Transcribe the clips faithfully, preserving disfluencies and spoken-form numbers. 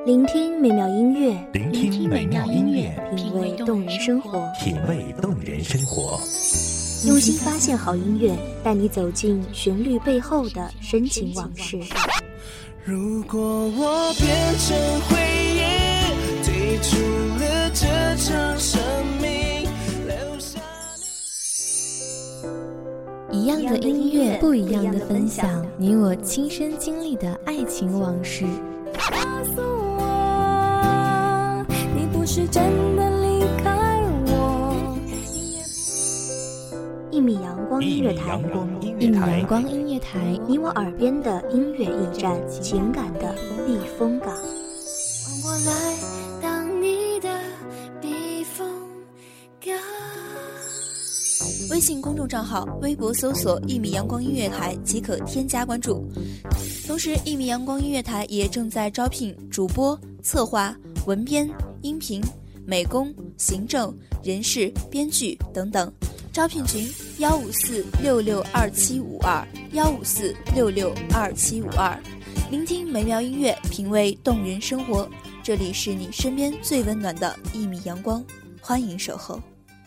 聆听美妙音乐， 聆听美妙音乐， 品味动人生活， 品味动人生活。 用心发现好音乐，带你走进旋律背后的深情往事。 如果我变成回忆，退出了这场生命，留下一样的音乐，不一样的分享，你我亲身经历的爱情往事。 告诉我，你不是真的离开我。 一米阳光音乐台， 一米阳光音乐台， 你我耳边的音乐驿站，情感的避风港。 让我来当你的避风港。 微信公众账号、微博搜索“一米阳光音乐台”即可添加关注。同时，一米阳光音乐台也正在招聘主播、策划、文编、音频、美工、行政、人事、编剧等等。招聘群：幺五四六六二七五二幺五四六六二七五二。聆听美妙音乐，品味动人生活。这里是你身边最温暖的一米阳光，欢迎守候。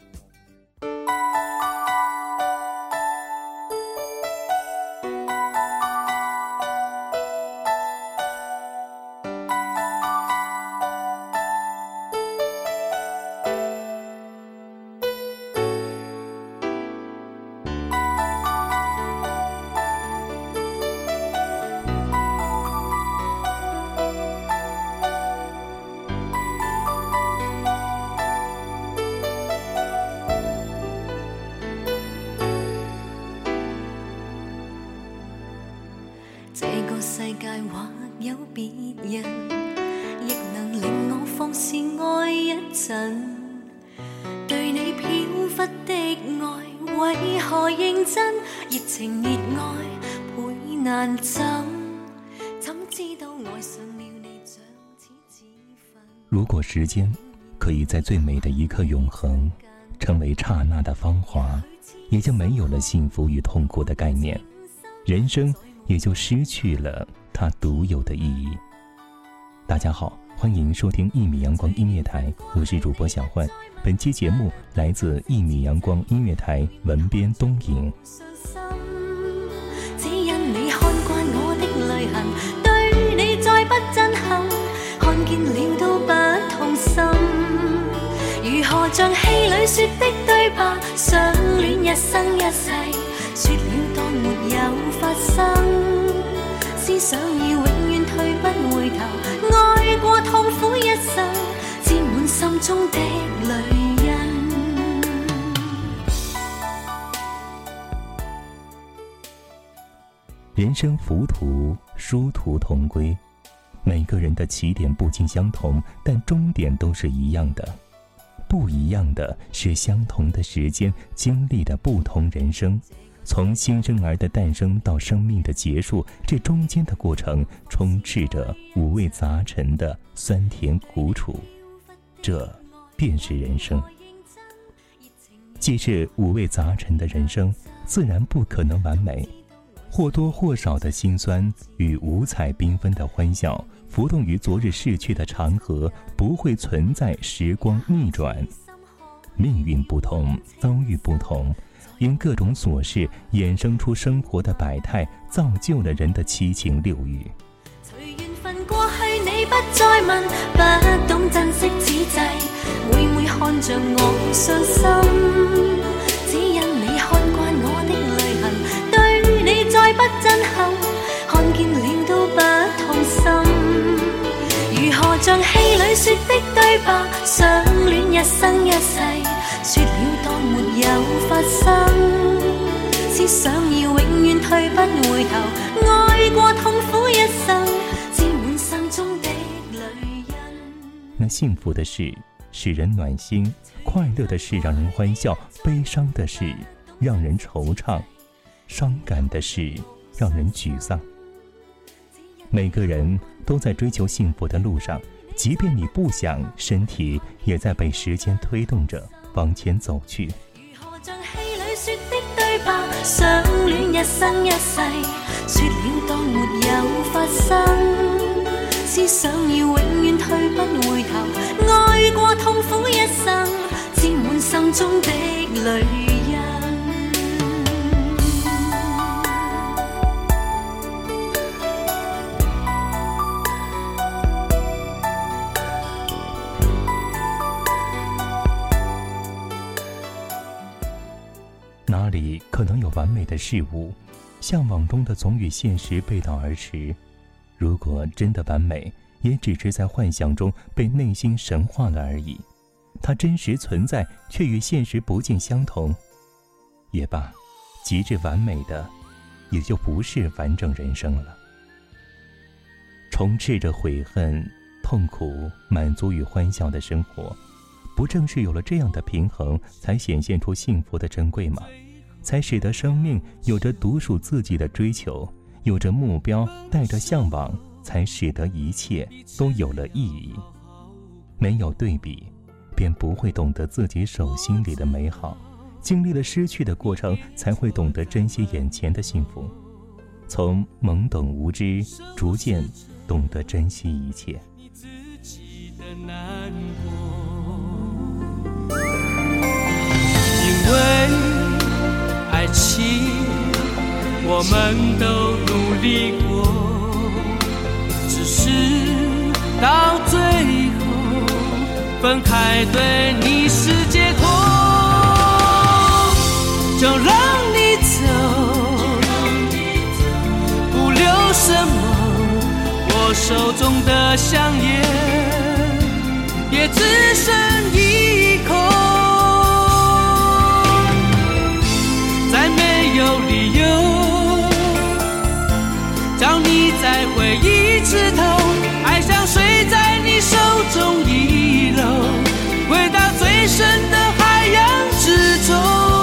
這個世界或有別人，亦能令我放肆愛一陣。對你飄忽的愛，為何認真？熱情熱愛倍難枕，怎知道愛上了你像似自焚。 如果時間可以在最美的一刻永恆，成為剎那的芳華，也就沒有了幸福與痛苦的概念，人生也就失去了它獨有的意義。大家好，歡迎收聽一米陽光音樂台，我是主播小幻。本期節目來自一米陽光音樂台文編東影。 只因你看慣我的淚痕，對你再不震撼，看見了都不痛心。如何像戲裏說的對白，相戀一生一世，說了當沒有發生，思想已永遠退不回頭，愛過痛苦一生，沾滿心中的淚印。 人生浮屠，殊途同歸，每個人的起點不盡相同，但終點都是一樣的。不一樣的是相同的時間，經歷的不同人生。從新生兒的誕生到生命的結束，這中間的過程充斥着五味雜陳的酸甜苦楚，這便是人生。既是五味雜陳的人生，自然不可能完美，或多或少的辛酸與五彩繽紛的歡笑，浮動於昨日逝去的長河，不會存在時光逆轉。命運不同，遭遇不同，因各種瑣事衍生出生活的百態，造就了人的七情六欲。 隨緣分過去你不再問，不懂珍惜此際，每每看着我傷心，只因你看慣我的淚痕，對你再不震撼，看見了都不痛心。如何像戲裏說的對白，相戀一生一世，說了當沒有發生，思想已永遠退不回頭，愛過痛苦一生，沾滿心中的淚印。 那幸福的事使人暖心，快樂的事讓人歡笑，悲傷的事讓人惆悵，傷感的事讓人沮喪。每個人都在追求幸福的路上，即便你不想，身體也在被時間推動着往前走去。 如何像戲裏說的對白，相戀一生一世，說了當沒有發生，思想要永遠回頭，愛過痛苦一生，沾滿心中的淚印。 哪里可能有完美的事物？向往中的总与现实背道而驰。如果真的完美，也只是在幻想中被内心神化了而已。它真实存在，却与现实不尽相同。也罢，极致完美的，也就不是完整人生了。充斥着悔恨、痛苦、满足与欢笑的生活，不正是有了这样的平衡，才显现出幸福的珍贵吗？才使得生命有着独属自己的追求，有着目标，带着向往，才使得一切都有了意义。没有对比，便不会懂得自己手心里的美好，经历了失去的过程，才会懂得珍惜眼前的幸福。从懵懂无知，逐渐懂得珍惜一切。 因为爱情我们都努力过，只是到最后分开对你是结果。就让你走，不留什么，我手中的香烟也只剩一口。再没有理由叫你再回一次头，爱像水在你手中遗漏，回到最深的海洋之中。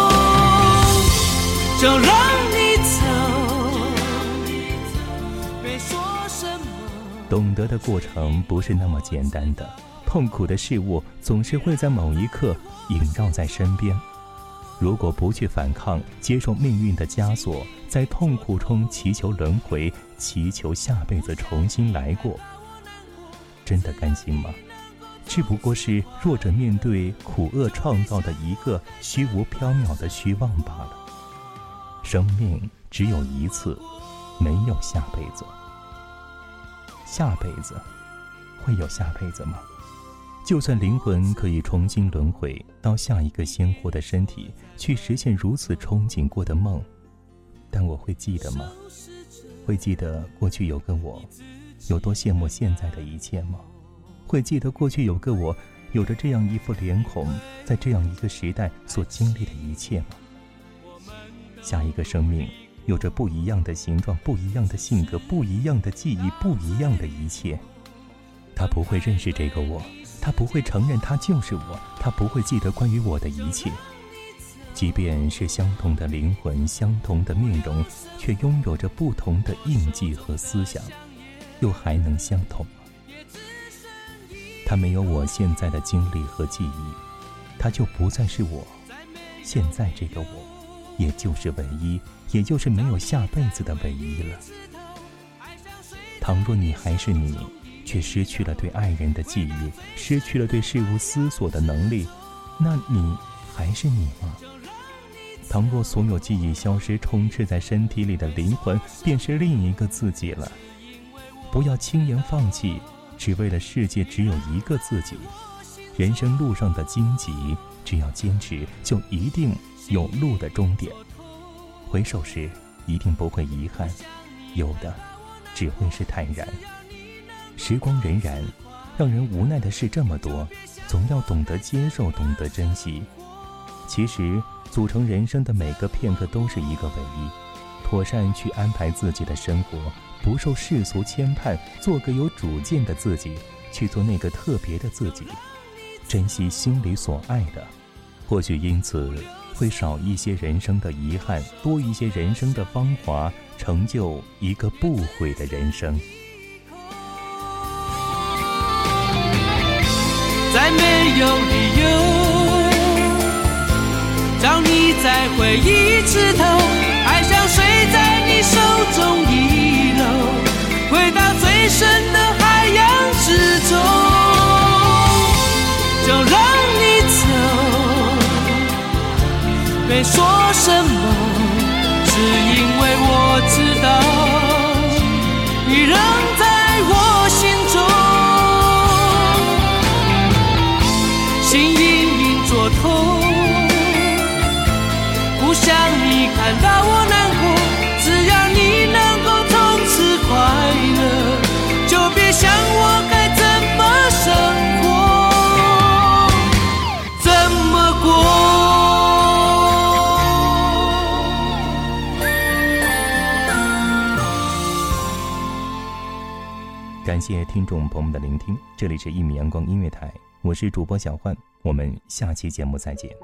就让你走，别说什么。 懂得的过程不是那么简单的，痛苦的事物总是会在某一刻萦绕在身边。如果不去反抗，接受命运的枷锁，在痛苦中祈求轮回，祈求下辈子重新来过，真的甘心吗？只不过是弱者面对苦厄创造的一个虚无缥缈的虚妄罢了。生命只有一次，没有下辈子。下辈子会有下辈子吗？就算灵魂可以重新轮回到下一个鲜活的身体，去实现如此憧憬过的梦，但我会记得吗？会记得过去有个我有多羡慕现在的一切吗？会记得过去有个我有着这样一副脸孔，在这样一个时代所经历的一切吗？下一个生命有着不一样的形状，不一样的性格，不一样的记忆，不一样的一切。他不会认识这个我，他不会承认他就是我，他不会记得关于我的一切。即便是相同的灵魂，相同的面容，却拥有着不同的印记和思想，又还能相同吗？他没有我现在的经历和记忆，他就不再是我。现在这个我，也就是唯一，也就是没有下辈子的唯一了。倘若你还是你，却失去了对爱人的记忆，失去了对事物思索的能力，那你还是你吗？倘若所有记忆消失，充斥在身体里的灵魂便是另一个自己了。不要轻言放弃，只为了世界只有一个自己。人生路上的荆棘，只要坚持，就一定有路的终点。回首时一定不会遗憾，有的只会是坦然。时光荏苒，让人无奈的事这么多，总要懂得接受，懂得珍惜。其实组成人生的每个片刻都是一个唯一，妥善去安排自己的生活，不受世俗牵绊，做个有主见的自己，去做那个特别的自己，珍惜心里所爱的，或许因此会少一些人生的遗憾，多一些人生的芳华，成就一个不悔的人生。 再没有理由叫你再回一次头，爱像水在你手中遗漏，回到最深的海洋之中。 没说什么，是因为我知道你仍在我心中，心隐隐作痛，不想你看到我难过，只要你能够从此快乐，就别想我该怎么生活，怎么过。 感谢听众朋友们的聆听，这里是一米阳光音乐台，我是主播小焕，我们下期节目再见。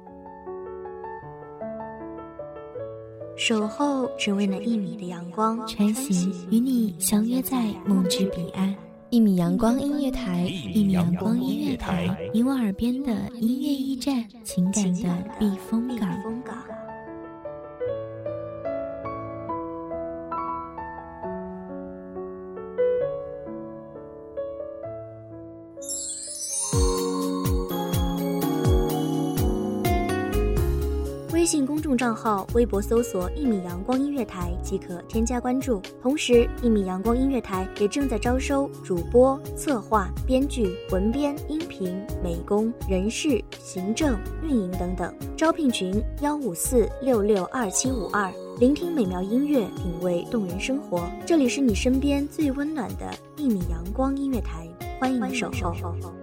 守候只为那一米的阳光， 穿行与你相约在梦之彼岸。一米阳光音乐台，一米阳光音乐台，你我耳边的音乐驿站，情感的避风港。 微信公众账号、微博搜索“一米阳光音乐台”即可添加关注。同时，一米阳光音乐台也正在招收主播、策划、编剧、文编、音频、美工、人事、行政、运营等等。招聘群：幺五四六六二七五二。聆听美妙音乐，品味动人生活。这里是你身边最温暖的一米阳光音乐台，欢迎你守候。